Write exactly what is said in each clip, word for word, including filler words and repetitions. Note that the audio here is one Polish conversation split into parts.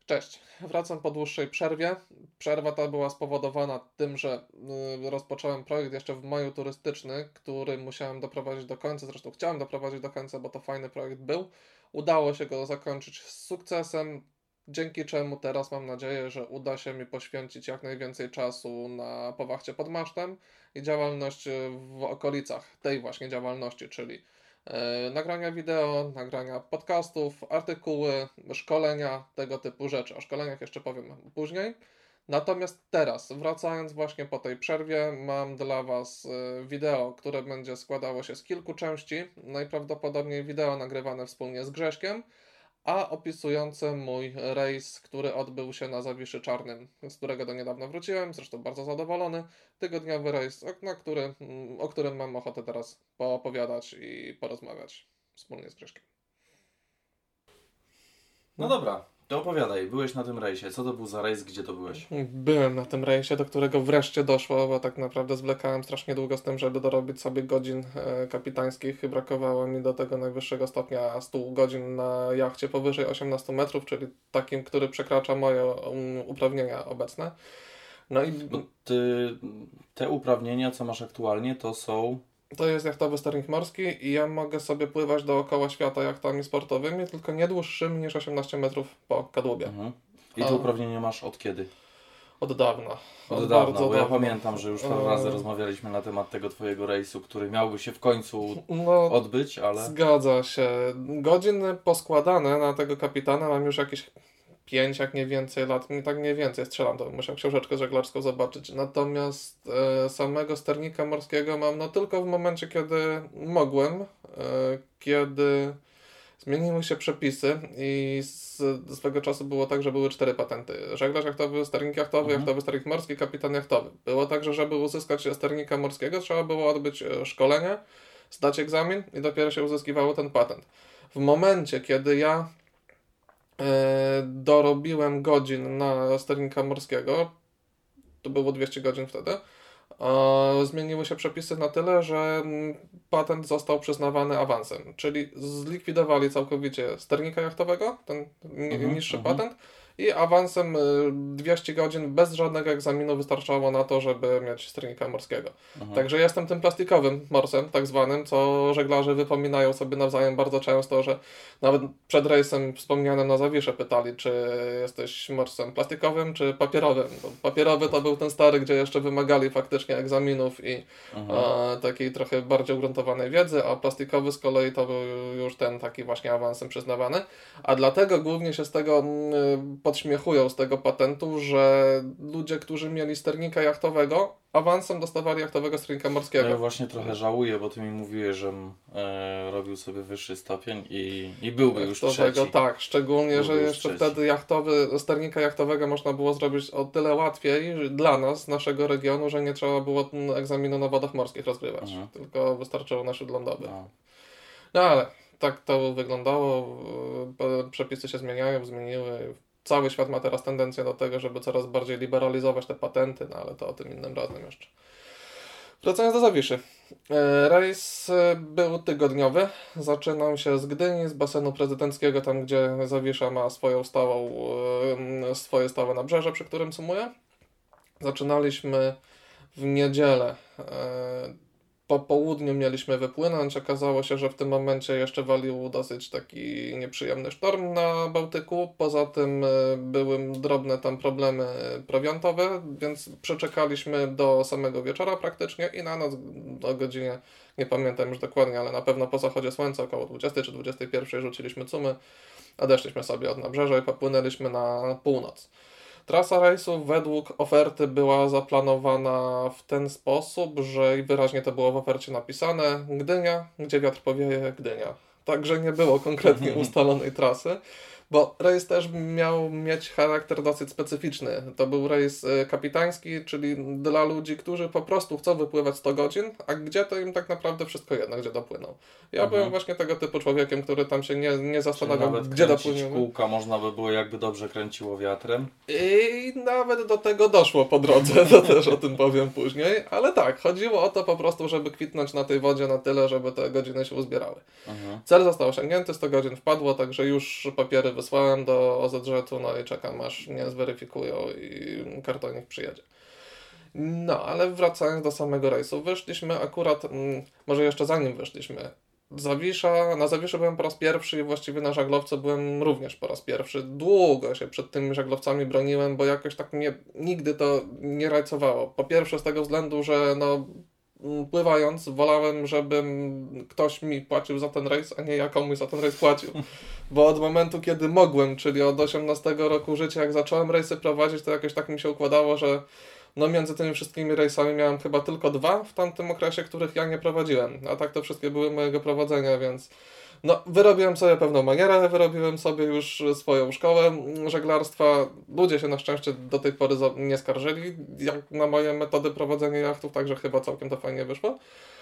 Cześć, wracam po dłuższej przerwie. Przerwa ta była spowodowana tym, że y, rozpocząłem projekt jeszcze w maju turystyczny, który musiałem doprowadzić do końca, zresztą chciałem doprowadzić do końca, bo to fajny projekt był. Udało się go zakończyć z sukcesem, dzięki czemu teraz mam nadzieję, że uda się mi poświęcić jak najwięcej czasu na Powachcie pod Masztem i działalność y, w okolicach tej właśnie działalności, czyli e, nagrania wideo, nagrania podcastów, artykuły, szkolenia, tego typu rzeczy. O szkoleniach jeszcze powiem później. Natomiast teraz, wracając właśnie po tej przerwie, mam dla Was e, wideo, które będzie składało się z kilku części. Najprawdopodobniej wideo nagrywane wspólnie z Grześkiem, a opisujące mój rejs, który odbył się na Zawiszy Czarnym, z którego do niedawna wróciłem, zresztą bardzo zadowolony. Tygodniowy rejs, o, na który, o którym mam ochotę teraz poopowiadać i porozmawiać wspólnie z Grześkiem. No dobra, to opowiadaj. Byłeś na tym rejsie. Co to był za rejs? Gdzie to byłeś? Byłem na tym rejsie, do którego wreszcie doszło, bo tak naprawdę zwlekałem strasznie długo z tym, żeby dorobić sobie godzin e, kapitańskich. Brakowało mi do tego najwyższego stopnia sto godzin na jachcie powyżej osiemnaście metrów, czyli takim, który przekracza moje um, uprawnienia obecne. No i Bo ty, te uprawnienia, co masz aktualnie, to są... to jest jachtowy sternik morski i ja mogę sobie pływać dookoła świata jachtami sportowymi, tylko nie dłuższymi niż osiemnaście metrów po kadłubie. Mhm. I te A. uprawnienia masz od kiedy? Od dawna. Od, Od dawna, bardzo bo ja dawna. pamiętam, że już parę E, razy rozmawialiśmy na temat tego twojego rejsu, który miałby się w końcu No, odbyć, ale... zgadza się. Godziny poskładane na tego kapitana mam już jakieś pięć, jak nie więcej lat. Nie tak mniej więcej strzelam, to muszę książeczkę żeglarską zobaczyć. Natomiast e, samego sternika morskiego mam no tylko w momencie, kiedy mogłem, e, kiedy zmieniły się przepisy i z, swego czasu było tak, że były cztery patenty. Żeglarz jachtowy, sternik jachtowy, Mhm. jachtowy sternik morski, kapitan jachtowy. Było tak, że żeby uzyskać sternika morskiego, trzeba było odbyć e, szkolenie, zdać egzamin i dopiero się uzyskiwało ten patent. W momencie, kiedy ja e, dorobiłem godzin na sternika morskiego, to było dwieście godzin wtedy, e, zmieniły się przepisy na tyle, że mm, patent został przyznawany awansem, czyli zlikwidowali całkowicie sternika jachtowego, ten ni- Mhm, niższy mhm. patent, i awansem y, dwieście godzin bez żadnego egzaminu wystarczało na to, żeby mieć sternika morskiego. Mhm. Także jestem tym plastikowym morsem, tak zwanym, co żeglarze wypominają sobie nawzajem bardzo często, że nawet przed rejsem wspomnianym na Zawisze pytali, czy jesteś morsem plastikowym, czy papierowym. Bo papierowy to był ten stary, gdzie jeszcze wymagali faktycznie egzaminów i Mhm. e, takiej trochę bardziej ugruntowanej wiedzy, a plastikowy z kolei to był już ten taki właśnie awansem przyznawany. A dlatego głównie się z tego mm, podśmiechują z tego patentu, że ludzie, którzy mieli sternika jachtowego, awansem dostawali jachtowego sternika morskiego. Ja właśnie trochę żałuję, bo ty mi mówiłeś, żem e, robił sobie wyższy stopień i, i byłby już Jachtowego, trzeci. tak, szczególnie, Byłby że już jeszcze trzeci. wtedy jachtowy, sternika jachtowego można było zrobić o tyle łatwiej że dla nas, z naszego regionu, że nie trzeba było mm, egzaminu na wodach morskich rozgrywać, Mhm. tylko wystarczyło na śródlądowy. No. No ale tak to wyglądało, e, przepisy się zmieniają, zmieniły. Cały świat ma teraz tendencję do tego, żeby coraz bardziej liberalizować te patenty, no ale to o tym innym razem jeszcze. Wracając do Zawiszy. E, Rejs e, był tygodniowy. Zaczynał się z Gdyni, z basenu prezydenckiego, tam gdzie Zawisza ma swoją stałą, e, swoje stałe nabrzeże, przy którym sumuje. Zaczynaliśmy w niedzielę. E, Po południu mieliśmy wypłynąć. Okazało się, że w tym momencie jeszcze walił dosyć taki nieprzyjemny sztorm na Bałtyku. Poza tym e, były drobne tam problemy prowiantowe, więc przeczekaliśmy do samego wieczora praktycznie i na noc o godzinie, nie pamiętam już dokładnie, ale na pewno po zachodzie słońca około dwudziestej czy dwudziestej pierwszej rzuciliśmy cumy, odeszliśmy sobie od nabrzeża i popłynęliśmy na północ. Trasa rejsu według oferty była zaplanowana w ten sposób, że i wyraźnie to było w ofercie napisane: Gdynia, gdzie wiatr powieje, Gdynia. Także nie było konkretnie ustalonej trasy, bo rejs też miał mieć charakter dosyć specyficzny. To był rejs e, kapitański, czyli dla ludzi, którzy po prostu chcą wypływać sto godzin, a gdzie to im tak naprawdę wszystko jedno, gdzie dopłyną. Ja Mhm. byłem właśnie tego typu człowiekiem, który tam się nie, nie Czyli zastanawiał, nawet gdzie kręcić dopłyniemy. kółka można by było, jakby dobrze kręciło wiatrem. I nawet do tego doszło po drodze, to też o tym powiem później, ale tak, chodziło o to po prostu, żeby kwitnąć na tej wodzie na tyle, żeby te godziny się uzbierały. Mhm. Cel został osiągnięty, sto godzin wpadło, także już papiery wysłałem do O Z Ż-u, no i czekam aż mnie zweryfikują i kartonik przyjedzie. No, ale wracając do samego rejsu, wyszliśmy akurat, mm, może jeszcze zanim wyszliśmy, Zawisza, na Zawiszy byłem po raz pierwszy i właściwie na żaglowcu byłem również po raz pierwszy. Długo się przed tymi żaglowcami broniłem, bo jakoś tak mnie nigdy to nie rajcowało. Po pierwsze z tego względu, że no pływając wolałem, żeby ktoś mi płacił za ten rejs, a nie ja komuś za ten rejs płacił. Bo od momentu, kiedy mogłem, czyli od osiemnastego roku życia, jak zacząłem rejsy prowadzić, to jakoś tak mi się układało, że no między tymi wszystkimi rejsami miałem chyba tylko dwa w tamtym okresie, których ja nie prowadziłem. A tak to wszystkie były mojego prowadzenia, więc no wyrobiłem sobie pewną manierę, wyrobiłem sobie już swoją szkołę żeglarstwa. Ludzie się na szczęście do tej pory nie skarżyli jak na moje metody prowadzenia jachtów, także chyba całkiem to fajnie wyszło.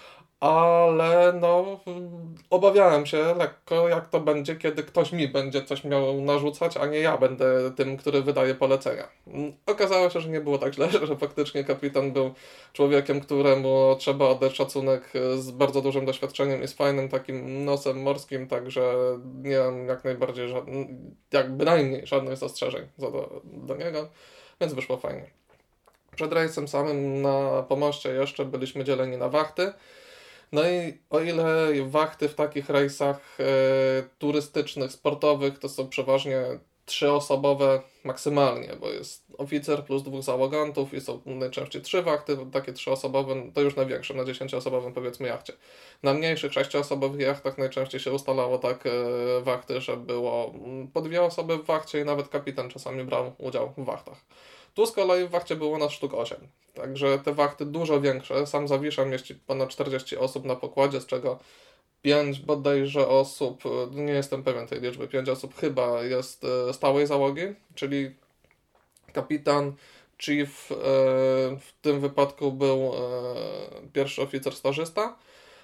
Ale no obawiałem się lekko, jak to będzie, kiedy ktoś mi będzie coś miał narzucać, a nie ja będę tym, który wydaje polecenia. Okazało się, że nie było tak źle, że faktycznie kapitan był człowiekiem, któremu trzeba oddać szacunek, z bardzo dużym doświadczeniem i z fajnym takim nosem morskim, także nie mam jak najbardziej, jak bynajmniej żadnych zastrzeżeń co do, do niego, więc wyszło fajnie. Przed rejsem samym na pomoście jeszcze byliśmy dzieleni na wachty. No i o ile wachty w takich rejsach e, turystycznych, sportowych to są przeważnie trzyosobowe maksymalnie, bo jest oficer plus dwóch załogantów i są najczęściej trzy wachty, takie trzyosobowe to już na większym, na dziesięcioosobowym powiedzmy jachcie. Na mniejszych sześcioosobowych jachtach najczęściej się ustalało tak e, wachty, że było po dwie osoby w wachcie i nawet kapitan czasami brał udział w wachtach. Tu z kolei w wachcie było nas sztuk osiem. Także te wachty dużo większe. Sam Zawisza mieści ponad czterdzieści osób na pokładzie, z czego pięć bodajże osób, nie jestem pewien tej liczby, pięć osób chyba jest stałej załogi, czyli kapitan, chief, w tym wypadku był pierwszy oficer stażysta,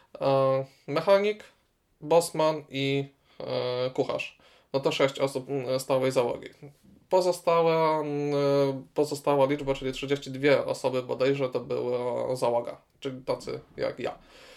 mechanik, bossman i kucharz. No to sześć osób stałej załogi. Pozostała, pozostała liczba, czyli trzydzieści dwie osoby bodajże, to była załoga, czyli tacy jak ja.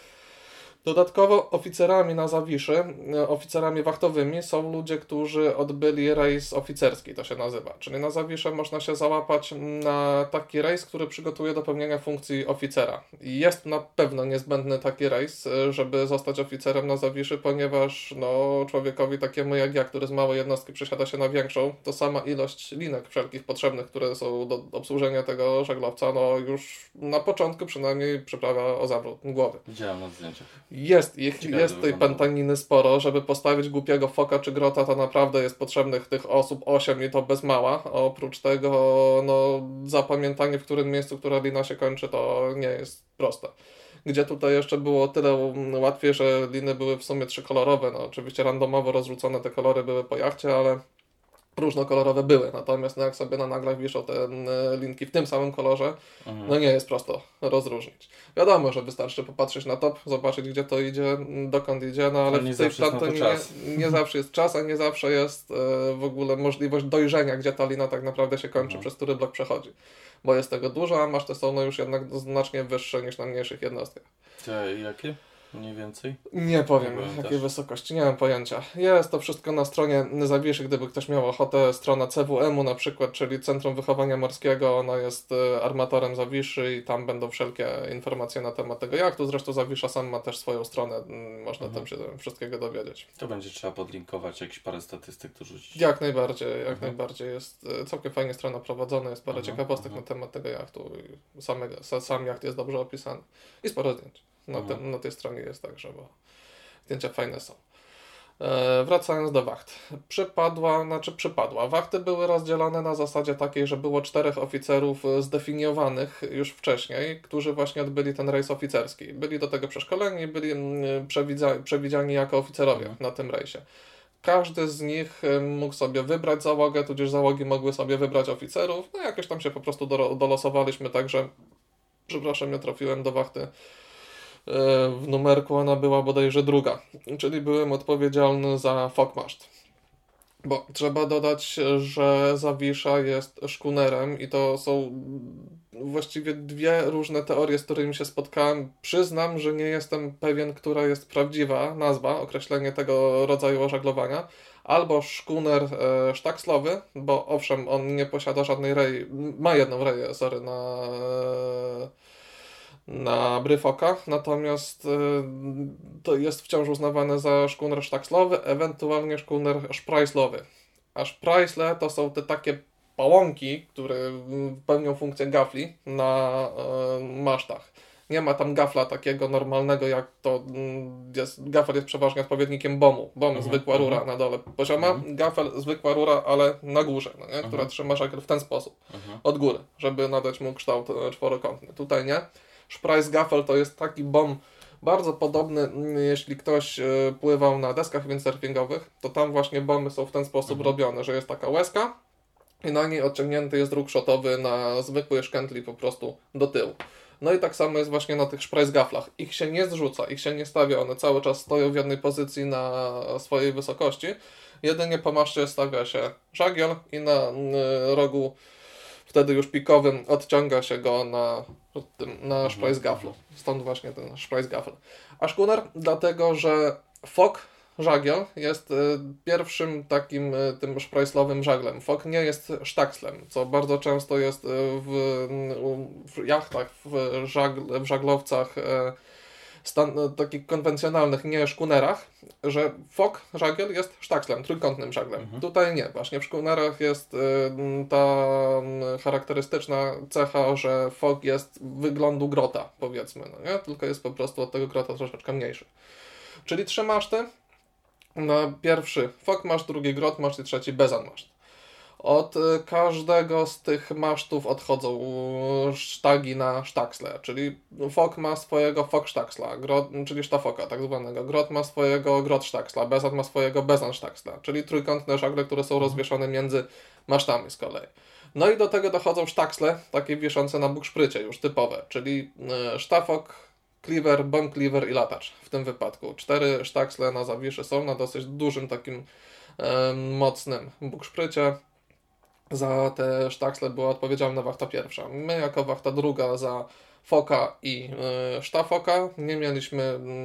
Dodatkowo oficerami na Zawiszy, oficerami wachtowymi są ludzie, którzy odbyli rejs oficerski, to się nazywa. Czyli na Zawiszę można się załapać na taki rejs, który przygotuje do pełnienia funkcji oficera. Jest na pewno niezbędny taki rejs, żeby zostać oficerem na Zawiszy, ponieważ no, człowiekowi takiemu jak ja, który z małej jednostki przesiada się na większą, to sama ilość linek wszelkich potrzebnych, które są do obsłużenia tego żaglowca, no już na początku przynajmniej przyprawia o zawrót głowy. Widziałem na zdjęciach. Jest ich, Ciekawe jest tej pętaniny sporo, żeby postawić głupiego foka czy grota, to naprawdę jest potrzebnych tych osób osiem i to bez mała. Oprócz tego no, zapamiętanie, w którym miejscu, która lina się kończy, to nie jest proste. Gdzie tutaj jeszcze było tyle łatwiej, że liny były w sumie trzykolorowe, no oczywiście randomowo rozrzucone te kolory były po jachcie, ale różnokolorowe były, natomiast no jak sobie na naglach wiszą te linki w tym samym kolorze, mhm. no nie jest prosto rozróżnić. Wiadomo, że wystarczy popatrzeć na top, zobaczyć gdzie to idzie, dokąd idzie, no ale w tej plantonie nie, nie zawsze jest czas, a nie zawsze jest w ogóle możliwość dojrzenia, gdzie ta lina tak naprawdę się kończy, mhm. przez który blok przechodzi. Bo jest tego dużo, a maszty są no już jednak znacznie wyższe niż na mniejszych jednostkach. Te jakie? Mniej więcej? Nie powiem, nie jakiej też. wysokości, nie mam pojęcia. Jest to wszystko na stronie Zawiszy, gdyby ktoś miał ochotę, strona C W M u na przykład, czyli Centrum Wychowania Morskiego, ona jest armatorem Zawiszy i tam będą wszelkie informacje na temat tego jachtu. Zresztą Zawisza sam ma też swoją stronę, można mhm. tam się wszystkiego dowiedzieć. To będzie trzeba podlinkować, jakieś parę statystyk tu rzucić. Jak najbardziej, jak mhm. najbardziej. Jest całkiem fajnie strona prowadzona, jest parę mhm. ciekawostek mhm. na temat tego jachtu. Samego, sam jacht jest dobrze opisany i sporo zdjęć. Na, te, na tej stronie jest także, bo zdjęcia fajne są. E, wracając do wacht. Przypadła, znaczy przypadła. Wachty były rozdzielone na zasadzie takiej, że było czterech oficerów zdefiniowanych już wcześniej, którzy właśnie odbyli ten rejs oficerski. Byli do tego przeszkoleni, byli przewidza, przewidziani jako oficerowie mhm. na tym rejsie. Każdy z nich mógł sobie wybrać załogę, tudzież załogi mogły sobie wybrać oficerów. No jakoś tam się po prostu do, dolosowaliśmy, także przepraszam, ja trafiłem do wachty w numerku, ona była bodajże druga, czyli byłem odpowiedzialny za fokmaszt. Bo trzeba dodać, że Zawisza jest szkunerem i to są właściwie dwie różne teorie, z którymi się spotkałem. Przyznam, że nie jestem pewien, która jest prawdziwa nazwa, określenie tego rodzaju żaglowania, albo szkuner e, sztakslowy, bo owszem, on nie posiada żadnej rei, ma jedną reję, sorry, na, na Bryfoka, natomiast e, to jest wciąż uznawany za szkuner sztakslowy, ewentualnie szkuner szprajslowy. A szprajsle to są te takie pałąki, które pełnią funkcję gafli na e, masztach. Nie ma tam gafla takiego normalnego, jak to jest, gafel jest przeważnie odpowiednikiem bomu. Bom, Mhm, zwykła rura mhm. na dole pozioma, Mhm. gafel, zwykła rura, ale na górze, no nie? która Mhm. trzyma żagiel w ten sposób, Mhm. od góry, żeby nadać mu kształt e, czworokątny. Tutaj nie. Szprajs gafel to jest taki bom bardzo podobny, mm, jeśli ktoś e, pływał na deskach windsurfingowych, to tam właśnie bomy są w ten sposób Mhm. robione, że jest taka łezka i na niej odciągnięty jest róg szotowy na zwykłej szkętli po prostu do tyłu. No i tak samo jest właśnie na tych szprajsgaflach. Ich się nie zrzuca, ich się nie stawia, one cały czas stoją w jednej pozycji na swojej wysokości. Jedynie po maszcie stawia się żagiel i na y, rogu wtedy już pikowym odciąga się go na, tym, na szprajsgaflu. Stąd właśnie ten szprajsgafel. A szkuner dlatego, że fok żagiel jest y, pierwszym takim y, tym szprajslowym żaglem. Fok nie jest sztakslem, co bardzo często jest y, w, y, w jachtach, w, żagl, w żaglowcach y, stan, y, takich konwencjonalnych, nie szkunerach, że fok żagiel jest sztakslem, trójkątnym żaglem. Mhm. Tutaj nie. Właśnie w szkunerach jest y, ta y, charakterystyczna cecha, że fok jest wyglądu grota, powiedzmy, no nie? Tylko jest po prostu od tego grota troszeczkę mniejszy. Czyli trzy maszty. Na pierwszy fok maszt, drugi grot maszt i trzeci bezan maszt. Od y, każdego z tych masztów odchodzą y, sztagi na sztaksle, czyli fok ma swojego fok sztaksla, grot, czyli sztafoka tak zwanego, grot ma swojego grot sztaksla, bezan ma swojego bezan sztaksla, czyli trójkątne żagle, które są rozwieszone między masztami z kolei. No i do tego dochodzą sztaksle, takie wiszące na bukszprycie już typowe, czyli y, sztafok, cleaver, bomb cleaver i latacz w tym wypadku. Cztery sztaksle na zawiszy są na dosyć dużym takim e, mocnym bukszprycie. Za te sztaksle była odpowiedzialna wachta pierwsza. My jako wachta druga za foka i y, sztafoka nie mieliśmy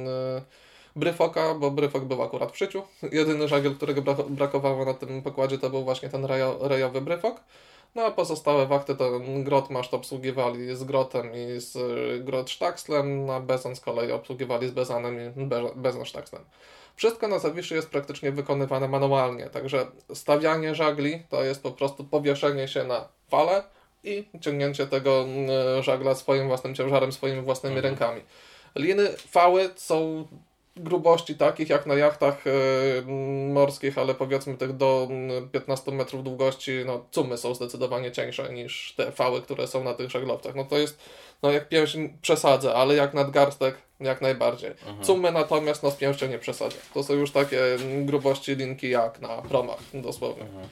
y, bryfoka, bo bryfok był akurat w szyciu. Jedyny żagiel, którego bra- brakowało na tym pokładzie, to był właśnie ten rejo- rejowy bryfok. No a pozostałe wachty to grot maszt obsługiwali z grotem i z y, grot sztakslem, a bezan z kolei obsługiwali z bezanem i be- bezan sztakslem. Wszystko na zawiszy jest praktycznie wykonywane manualnie, także stawianie żagli to jest po prostu powieszenie się na falę i ciągnięcie tego y, żagla swoim własnym ciężarem, swoimi własnymi Mhm. rękami. Liny, fały są grubości takich jak na jachtach y, morskich, ale powiedzmy tych do piętnastu metrów długości, no cumy są zdecydowanie cieńsze niż te fały, które są na tych żaglowcach. No to jest, no jak pięść przesadzę, ale jak nadgarstek jak najbardziej. Mhm. Cumy natomiast no z pięścią nie przesadzę. To są już takie grubości linki jak na promach, dosłownie. Mhm.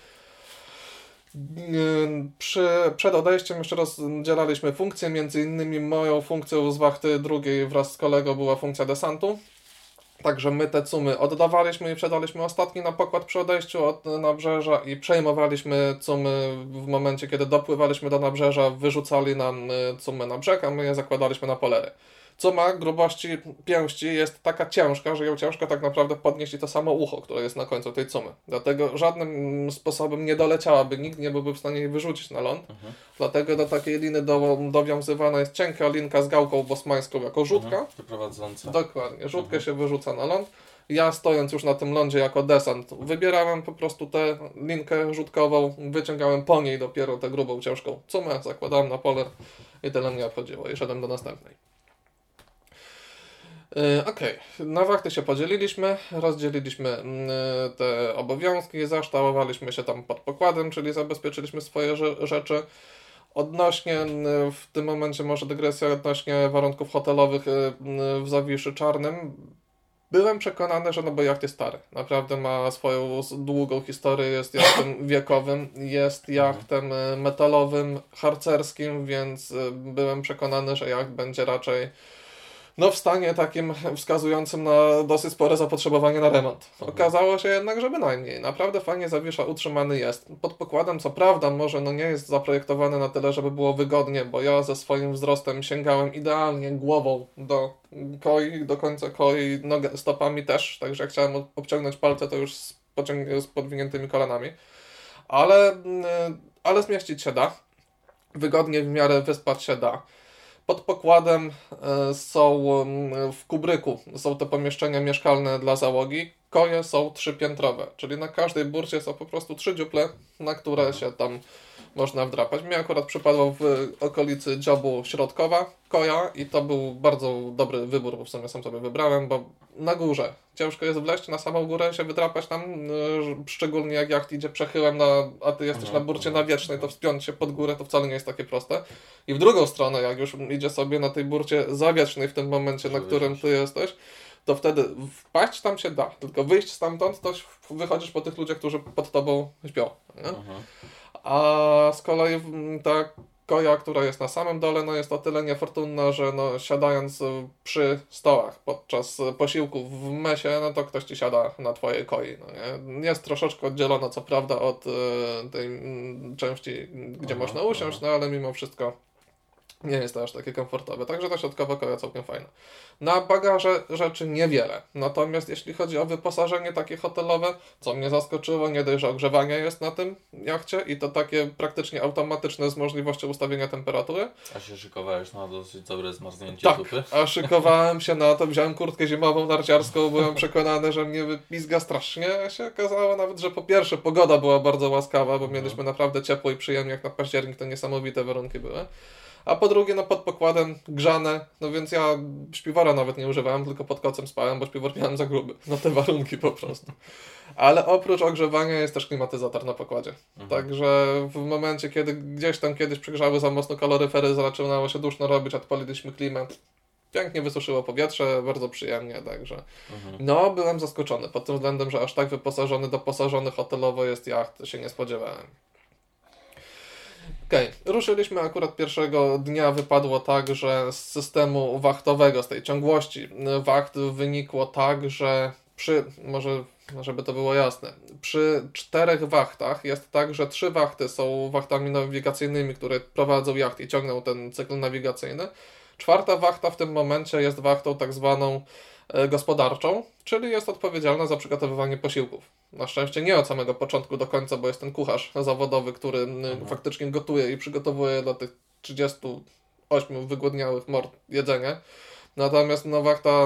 Przy, przed odejściem jeszcze raz dzielaliśmy funkcje, między innymi moją funkcją z wachty drugiej wraz z kolegą była funkcja desantu. Także my te cumy oddawaliśmy i przedaliśmy ostatni na pokład przy odejściu od nabrzeża i przejmowaliśmy cumy w momencie, kiedy dopływaliśmy do nabrzeża, wyrzucali nam cumy na brzeg, a my je zakładaliśmy na polery. Cuma grubości pięści jest taka ciężka, że ją ciężko tak naprawdę podnieść i to samo ucho, które jest na końcu tej cumy. Dlatego żadnym sposobem nie doleciałaby, nikt nie byłby w stanie jej wyrzucić na ląd. Mhm. Dlatego do takiej liny do, dowiązywana jest cienka linka z gałką bosmańską jako rzutka. Mhm. Wyprowadząca. Dokładnie, rzutkę Mhm. się wyrzuca na ląd. Ja stojąc już na tym lądzie jako desant, wybierałem po prostu tę linkę rzutkową, wyciągałem po niej dopiero tę grubą, ciężką cumę, zakładałem na pole i tyle mnie obchodziło i szedłem do następnej. Yy, Okej, na wachty się podzieliliśmy, rozdzieliliśmy yy, te obowiązki, zaształowaliśmy się tam pod pokładem, czyli zabezpieczyliśmy swoje rze- rzeczy. Odnośnie, yy, w tym momencie może dygresja odnośnie warunków hotelowych yy, yy, w Zawiszy Czarnym. Byłem przekonany, że no bo jacht jest stary. Naprawdę ma swoją s- długą historię, jest jachtem wiekowym, jest jachtem y, metalowym, harcerskim, więc y, byłem przekonany, że jacht będzie raczej no w stanie takim wskazującym na dosyć spore zapotrzebowanie na remont. Okazało się jednak, że bynajmniej. Naprawdę fajnie Zawisza utrzymany jest. Pod pokładem co prawda może no nie jest zaprojektowany na tyle, żeby było wygodnie, bo ja ze swoim wzrostem sięgałem idealnie głową do koi, do końca koi, nogę, stopami też, także jak chciałem ob- obciągnąć palce, to już pociąg- z podwiniętymi kolanami, ale, ale zmieścić się da. Wygodnie w miarę wyspać się da. Pod pokładem są w kubryku, są te pomieszczenia mieszkalne dla załogi. Koje są trzypiętrowe, czyli na każdej burcie są po prostu trzy dziuple, na które się tam można wdrapać. Mnie akurat przypadło w okolicy dziobu środkowa koja i to był bardzo dobry wybór, bo w sumie sam sobie wybrałem, bo na górze ciężko jest wleźć na samą górę i się wydrapać tam, szczególnie jak jacht idzie przechyłem, na, a ty jesteś na burcie nawiecznej, to wspiąć się pod górę to wcale nie jest takie proste. I w drugą stronę, jak już idzie sobie na tej burcie zawiecznej w tym momencie, na którym ty jesteś, to wtedy wpaść tam się da, tylko wyjść stamtąd, to wychodzisz po tych ludziach, którzy pod tobą śpią. Nie? A z kolei ta koja, która jest na samym dole, no jest o tyle niefortunna, że no, siadając przy stołach podczas posiłków w mesie, no to ktoś ci siada na twojej koi. No nie? Jest troszeczkę oddzielona, co prawda, od y, tej y, części, gdzie aha, można usiąść, aha. no ale mimo wszystko nie jest to aż takie komfortowe. Także ta środkowa koja całkiem fajna. Na bagaże rzeczy niewiele. Natomiast jeśli chodzi o wyposażenie takie hotelowe, co mnie zaskoczyło, nie dość, że ogrzewanie jest na tym jachcie i to takie praktycznie automatyczne z możliwością ustawienia temperatury. A się szykowałeś na dosyć dobre zmarznięcie tak, dupy? a szykowałem się na to, wziąłem kurtkę zimową narciarską, byłem przekonany, że mnie wypizga strasznie. Się okazało nawet, że po pierwsze pogoda była bardzo łaskawa, bo mieliśmy naprawdę ciepło i przyjemnie, jak na październik to niesamowite warunki były. A po drugie, no pod pokładem grzane, no więc ja śpiwora nawet nie używałem, tylko pod kocem spałem, bo śpiwór miałem za gruby. No te warunki po prostu. Ale oprócz ogrzewania jest też klimatyzator na pokładzie. Mhm. Także w momencie, kiedy gdzieś tam kiedyś przygrzały za mocno kaloryfery, zaczynało się duszno robić, odpaliliśmy klimę. Pięknie wysuszyło powietrze, bardzo przyjemnie, także mhm. no byłem zaskoczony pod tym względem, że aż tak wyposażony, doposażony hotelowo jest jacht, się nie spodziewałem. Okej, okay. Ruszyliśmy akurat pierwszego dnia, wypadło tak, że z systemu wachtowego, z tej ciągłości wacht wynikło tak, że przy, może żeby to było jasne, przy czterech wachtach jest tak, że trzy wachty są wachtami nawigacyjnymi, które prowadzą jacht i ciągną ten cykl nawigacyjny. Czwarta wachta w tym momencie jest wachtą tak zwaną gospodarczą, czyli jest odpowiedzialna za przygotowywanie posiłków. Na szczęście nie od samego początku do końca, bo jest ten kucharz zawodowy, który mhm. faktycznie gotuje i przygotowuje dla tych trzydziestu ośmiu wygłodniałych mord jedzenie. Natomiast no, wachta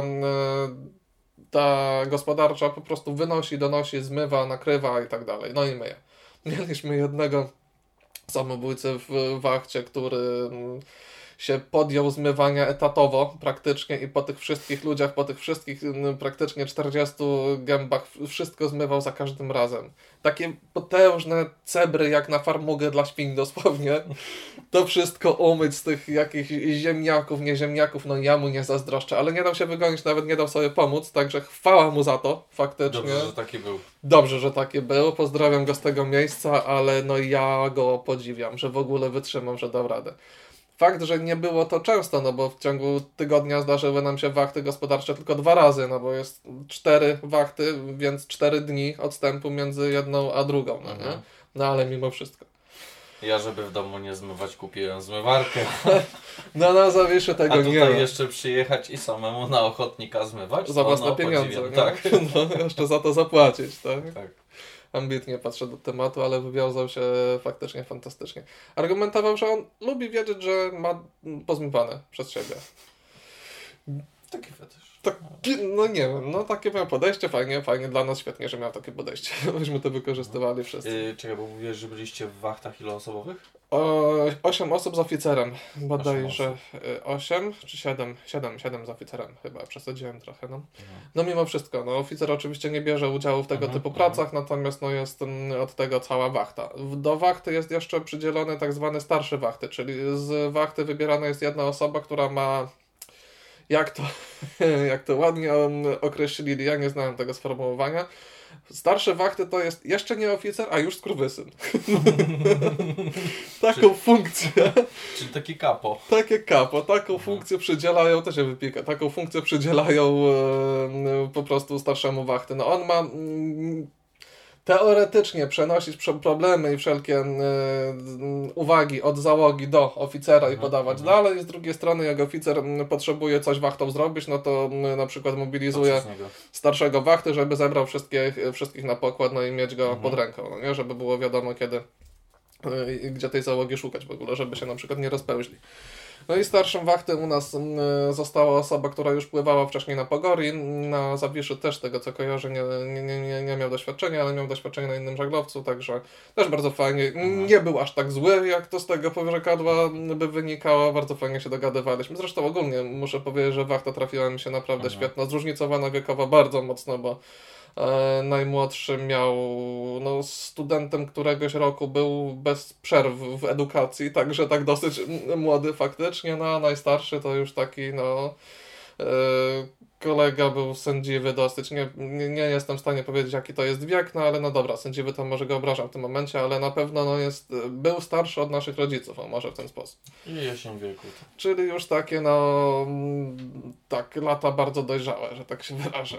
ta gospodarcza po prostu wynosi, donosi, zmywa, nakrywa i tak dalej. No i myje. Mieliśmy jednego samobójcę w wachcie, który się podjął zmywania etatowo praktycznie i po tych wszystkich ludziach, po tych wszystkich praktycznie czterdziestu gębach wszystko zmywał za każdym razem. Takie potężne cebry jak na farmugę dla świń dosłownie. To wszystko umyć z tych jakichś ziemniaków, nieziemniaków, no ja mu nie zazdroszczę, ale nie dał się wygonić, nawet nie dał sobie pomóc, także chwała mu za to faktycznie. Dobrze, że taki był. Dobrze, że taki był, pozdrawiam go z tego miejsca, ale no ja go podziwiam, że w ogóle wytrzymał, że dał radę. Fakt, że nie było to często, no bo w ciągu tygodnia zdarzyły nam się wachty gospodarcze tylko dwa razy, no bo jest cztery wachty, więc cztery dni odstępu między jedną a drugą, no nie? No ale mimo wszystko. Ja, żeby w domu nie zmywać, kupiłem zmywarkę. No na Zawiszy tego nie ma. A tutaj jeszcze przyjechać i samemu na ochotnika zmywać? Za własne no, pieniądze, nie? Tak. No, jeszcze za to zapłacić, tak? Tak. Ambitnie patrzę do tematu, ale wywiązał się faktycznie fantastycznie. Argumentował, że on lubi wiedzieć, że ma pozmywane przez siebie. Taki fetysz. Taki, no nie wiem, no takie miał podejście, fajnie, fajnie dla nas, świetnie, że miał takie podejście. Myśmy to wykorzystywali wszyscy. Yy, czekaj, bo mówiłeś, że byliście w wachtach iloosobowych? O, osiem osób z oficerem, bodajże osiem czy siedem, siedem, siedem z oficerem chyba, przesadziłem trochę, no. Mhm. No mimo wszystko, no oficer oczywiście nie bierze udziału w tego mhm, typu mhm. pracach, natomiast no jest od tego cała wachta. Do wachty jest jeszcze przydzielony tak zwany starszy wachty, czyli z wachty wybierana jest jedna osoba, która ma Jak to, jak to ładnie określili, ja nie znałem tego sformułowania. Starszy wachty to jest jeszcze nie oficer, a już skurwysyn. Taką czyli, funkcję. Czyli taki kapo. Takie kapo, taką funkcję przydzielają, to się wypika, taką funkcję przydzielają e, po prostu starszemu wachty. No on ma... Mm, teoretycznie przenosić problemy i wszelkie y, uwagi od załogi do oficera i podawać mm-hmm. dalej. Z drugiej strony, jak oficer potrzebuje coś wachtą zrobić, no to y, na przykład mobilizuje starszego wachty, żeby zebrał wszystkich, wszystkich na pokład, no i mieć go mm-hmm. pod ręką, no nie? Żeby było wiadomo kiedy i y, gdzie tej załogi szukać w ogóle, żeby się na przykład nie rozpełźli. No i starszym wachty u nas została osoba, która już pływała wcześniej na Pogori. Na Zawiszy też, tego co kojarzę, nie, nie, nie, nie miał doświadczenia, ale miał doświadczenie na innym żaglowcu, także też bardzo fajnie. Nie był aż tak zły, jak to z tego porzekadła by wynikało. Bardzo fajnie się dogadywaliśmy. Zresztą ogólnie muszę powiedzieć, że wachta trafiła mi się naprawdę Aha. świetna, zróżnicowana wiekowo bardzo mocno, bo E, najmłodszy miał, no, studentem któregoś roku był bez przerw w edukacji, także tak dosyć młody faktycznie, no a najstarszy to już taki, no, e, kolega był sędziwy dosyć, nie, nie, nie jestem w stanie powiedzieć jaki to jest wiek, no ale no dobra, sędziwy to może go obrażam w tym momencie, ale na pewno no jest, był starszy od naszych rodziców, o może w ten sposób. I jesień wieku. Czyli już takie, no, tak, lata bardzo dojrzałe, że tak się wyrażę.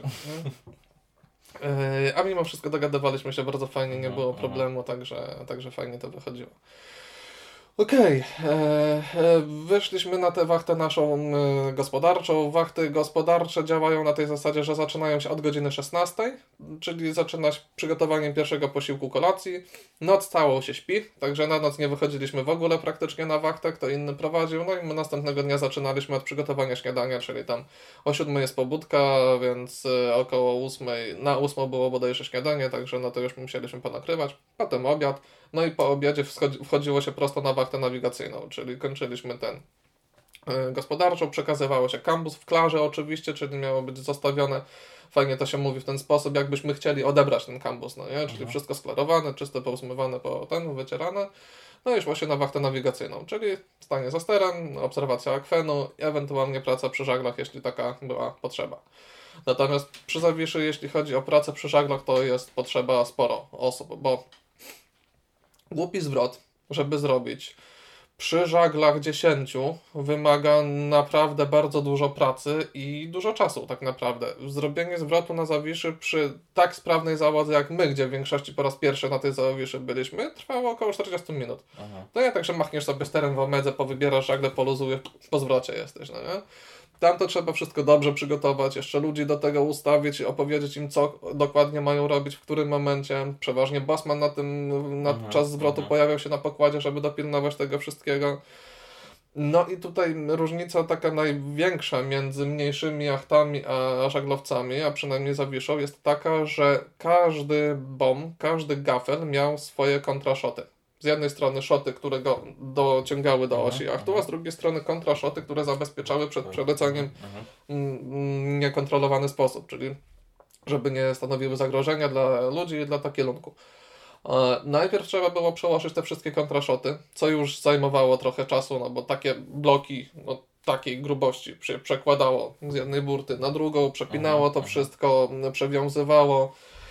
A mimo wszystko dogadywaliśmy się bardzo fajnie, nie było problemu, także, także fajnie to wychodziło. Okej, okay. Wyszliśmy na tę wachtę naszą gospodarczą. Wachty gospodarcze działają na tej zasadzie, że zaczynają się od godziny szesnastej, czyli zaczynać przygotowaniem pierwszego posiłku kolacji. Noc całą się śpi, także na noc nie wychodziliśmy w ogóle praktycznie na wachtę, kto inny prowadził. No i my następnego dnia zaczynaliśmy od przygotowania śniadania, czyli tam o siódmej jest pobudka, więc około ósmej, na ósmą było bodajże śniadanie, także no to już musieliśmy ponakrywać. Potem obiad. No i po obiedzie wchodziło się prosto na wachtę nawigacyjną, czyli kończyliśmy ten yy, gospodarczą, przekazywało się kambus w klarze oczywiście, czyli miało być zostawione, fajnie to się mówi w ten sposób, jakbyśmy chcieli odebrać ten kambus, no nie? Czyli mhm. wszystko sklarowane, czyste, pousmywane, po ten, wycierane. No i szło się na wachtę nawigacyjną, czyli stanie za sterem, obserwacja akwenu i ewentualnie praca przy żaglach, jeśli taka była potrzeba. Natomiast przy Zawiszy, jeśli chodzi o pracę przy żaglach, to jest potrzeba sporo osób, bo głupi zwrot, żeby zrobić przy żaglach dziesięciu wymaga naprawdę bardzo dużo pracy i dużo czasu tak naprawdę. Zrobienie zwrotu na Zawiszy przy tak sprawnej załodze jak my, gdzie w większości po raz pierwszy na tej Zawiszy byliśmy, trwało około czterdzieści minut. Aha. No nie tak, że machniesz sobie sterem w omedze, powybierasz żagle, poluzujesz, po zwrocie jesteś, no nie? Tam to trzeba wszystko dobrze przygotować, jeszcze ludzi do tego ustawić, opowiedzieć im, co dokładnie mają robić, w którym momencie. Przeważnie bosman na tym, na aha, czas zwrotu aha. pojawiał się na pokładzie, żeby dopilnować tego wszystkiego. No i tutaj różnica taka największa między mniejszymi jachtami a żaglowcami, a przynajmniej Zawiszą, jest taka, że każdy bom, każdy gafel miał swoje kontraszoty. Z jednej strony szoty, które go dociągały do osi jachtu, a z drugiej strony kontraszoty, które zabezpieczały przed przelecaniem w niekontrolowany sposób, czyli żeby nie stanowiły zagrożenia dla ludzi i dla takielunku. Najpierw trzeba było przełożyć te wszystkie kontraszoty, co już zajmowało trochę czasu, no bo takie bloki no, takiej grubości się przekładało z jednej burty na drugą, przepinało to wszystko, przewiązywało.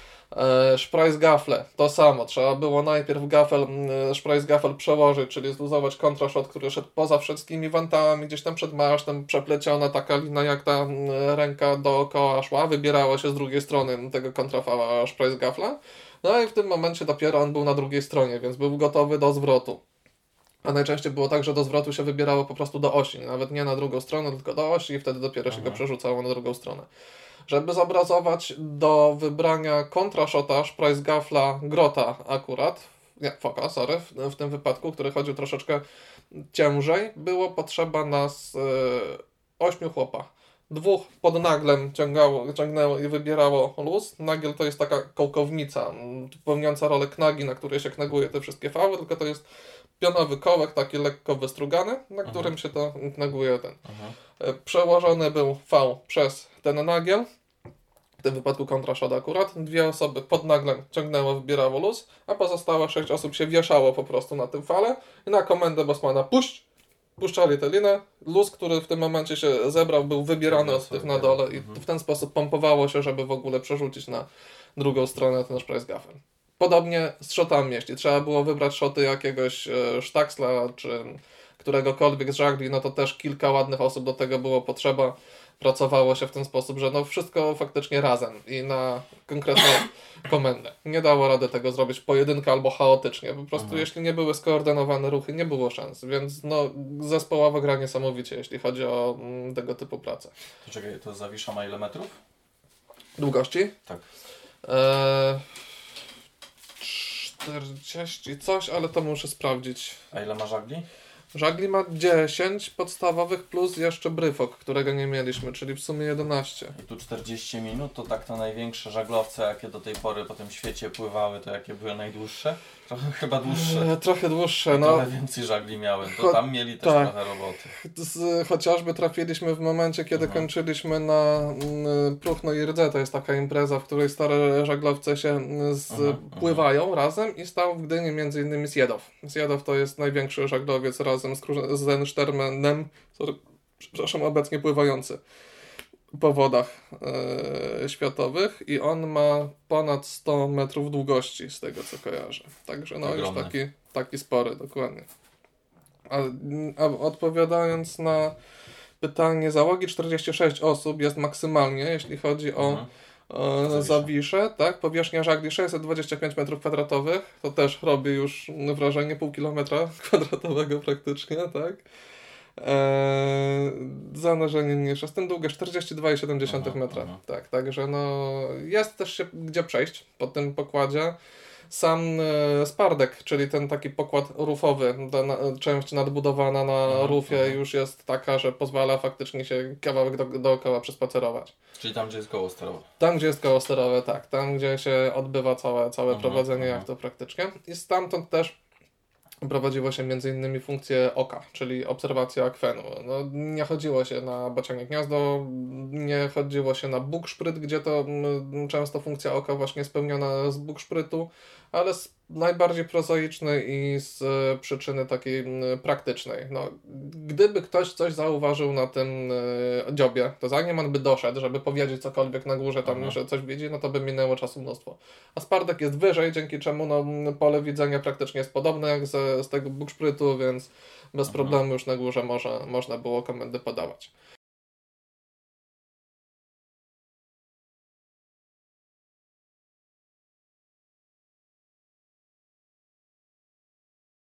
Szprajsgafle, to samo, trzeba było najpierw gafel, szprajsgafel przełożyć, czyli zluzować kontraszot, który szedł poza wszystkimi wantami, gdzieś tam przed masztem, przepleciona taka lina, jak ta ręka dookoła szła, wybierało się z drugiej strony tego kontrafała szprajsgafla, no i w tym momencie dopiero on był na drugiej stronie, więc był gotowy do zwrotu. A najczęściej było tak, że do zwrotu się wybierało po prostu do osi, nawet nie na drugą stronę, tylko do osi i wtedy dopiero się Aha. go przerzucało na drugą stronę. Żeby zobrazować do wybrania kontraszota, szprajsgafla, grota akurat, nie, foka, sorry, w, w tym wypadku, który chodził troszeczkę ciężej, było potrzeba nas yy, ośmiu chłopa. Dwóch pod naglem ciągało, ciągnęło i wybierało luz. Nagiel to jest taka kołkownica pełniąca rolę knagi, na której się knaguje te wszystkie fały, tylko to jest pionowy kołek, taki lekko wystrugany, na którym Aha. się to knaguje ten. Aha. Przełożony był V przez ten nagiel, w tym wypadku kontraszot akurat. Dwie osoby pod naglem ciągnęło, wybierało luz, a pozostałe sześć osób się wieszało po prostu na tym fale i na komendę bosmana puść, puszczali tę linę. Luz, który w tym momencie się zebrał, był wybierany od tych na dole i w ten sposób pompowało się, żeby w ogóle przerzucić na drugą stronę ten szprajsgafel. Podobnie z szotami, jeśli trzeba było wybrać szoty jakiegoś e, sztaksla czy któregokolwiek z żagli, no to też kilka ładnych osób do tego było potrzeba. pracowało się w ten sposób, że no wszystko faktycznie razem i na konkretną komendę. Nie dało rady tego zrobić w pojedynkę albo chaotycznie. Po prostu Mhm. jeśli nie były skoordynowane ruchy, nie było szans. Więc no zespołowa gra niesamowicie, jeśli chodzi o mm, tego typu pracę. To czekaj, to Zawisza ma ile metrów? Długości? Tak. Eee, czterdzieści coś, ale to muszę sprawdzić. A ile ma żagli? Żagli ma dziesięć podstawowych plus jeszcze bryfok, którego nie mieliśmy, czyli w sumie jedenaście. I tu czterdzieści minut, to tak to największe żaglowce, jakie do tej pory po tym świecie pływały, to jakie były najdłuższe? Trochę chyba dłuższe. E, trochę dłuższe, no. Trochę więcej żagli miałem, to Cho- tam mieli też tak. trochę roboty. Z, chociażby trafiliśmy w momencie, kiedy Mhm. kończyliśmy na mm, Próchno i Rdze. To jest taka impreza, w której stare żaglowce się mm, z, Mhm, pływają razem i stał w Gdyni między innymi Zjedow. Zjedow to jest największy żaglowiec razem z, Kró- z Zensztermenem, sorry, przepraszam, obecnie pływający po wodach e, światowych i on ma ponad sto metrów długości, z tego co kojarzę. Także no Ogromny. już taki, taki spory, dokładnie. A, a odpowiadając na pytanie, załogi czterdzieści sześć osób jest maksymalnie, jeśli chodzi o Mhm. e, Zawiszę. Zawiszę, tak? Powierzchnia żagli sześćset dwadzieścia pięć metrów kwadratowych, to też robi już wrażenie pół kilometra kwadratowego praktycznie, tak? Eee, zanurzenie mniejsze, z tym długość czterdzieści dwa przecinek siedem Aha, metra. aha. Tak, także no jest też się gdzie przejść po tym pokładzie. Sam e, spardek, czyli ten taki pokład rufowy, ta na, część nadbudowana na Mhm, rufie mhm. już jest taka, że pozwala faktycznie się kawałek do, dookoła przespacerować. Czyli tam, gdzie jest koło sterowe. Tam, gdzie jest koło sterowe, tak. Tam, gdzie się odbywa całe, całe Mhm, prowadzenie mhm. jachtu praktycznie. I stamtąd też prowadziło się między innymi funkcję oka, czyli obserwacja akwenu. No, nie chodziło się na bocianie gniazdo, nie chodziło się na bukszpryt, gdzie to mm, często funkcja oka właśnie spełniona z bukszprytu, ale z najbardziej prozaicznej i z e, przyczyny takiej mm, praktycznej. No, gdyby ktoś coś zauważył na tym e, dziobie, to zanim on by doszedł, żeby powiedzieć cokolwiek na górze tam, Mhm. że coś widzi, no to by minęło czasu mnóstwo. A spardek jest wyżej, dzięki czemu no, pole widzenia praktycznie jest podobne jak ze, z tego bukszprytu, więc bez Mhm. problemu już na górze można, można było komendy podawać.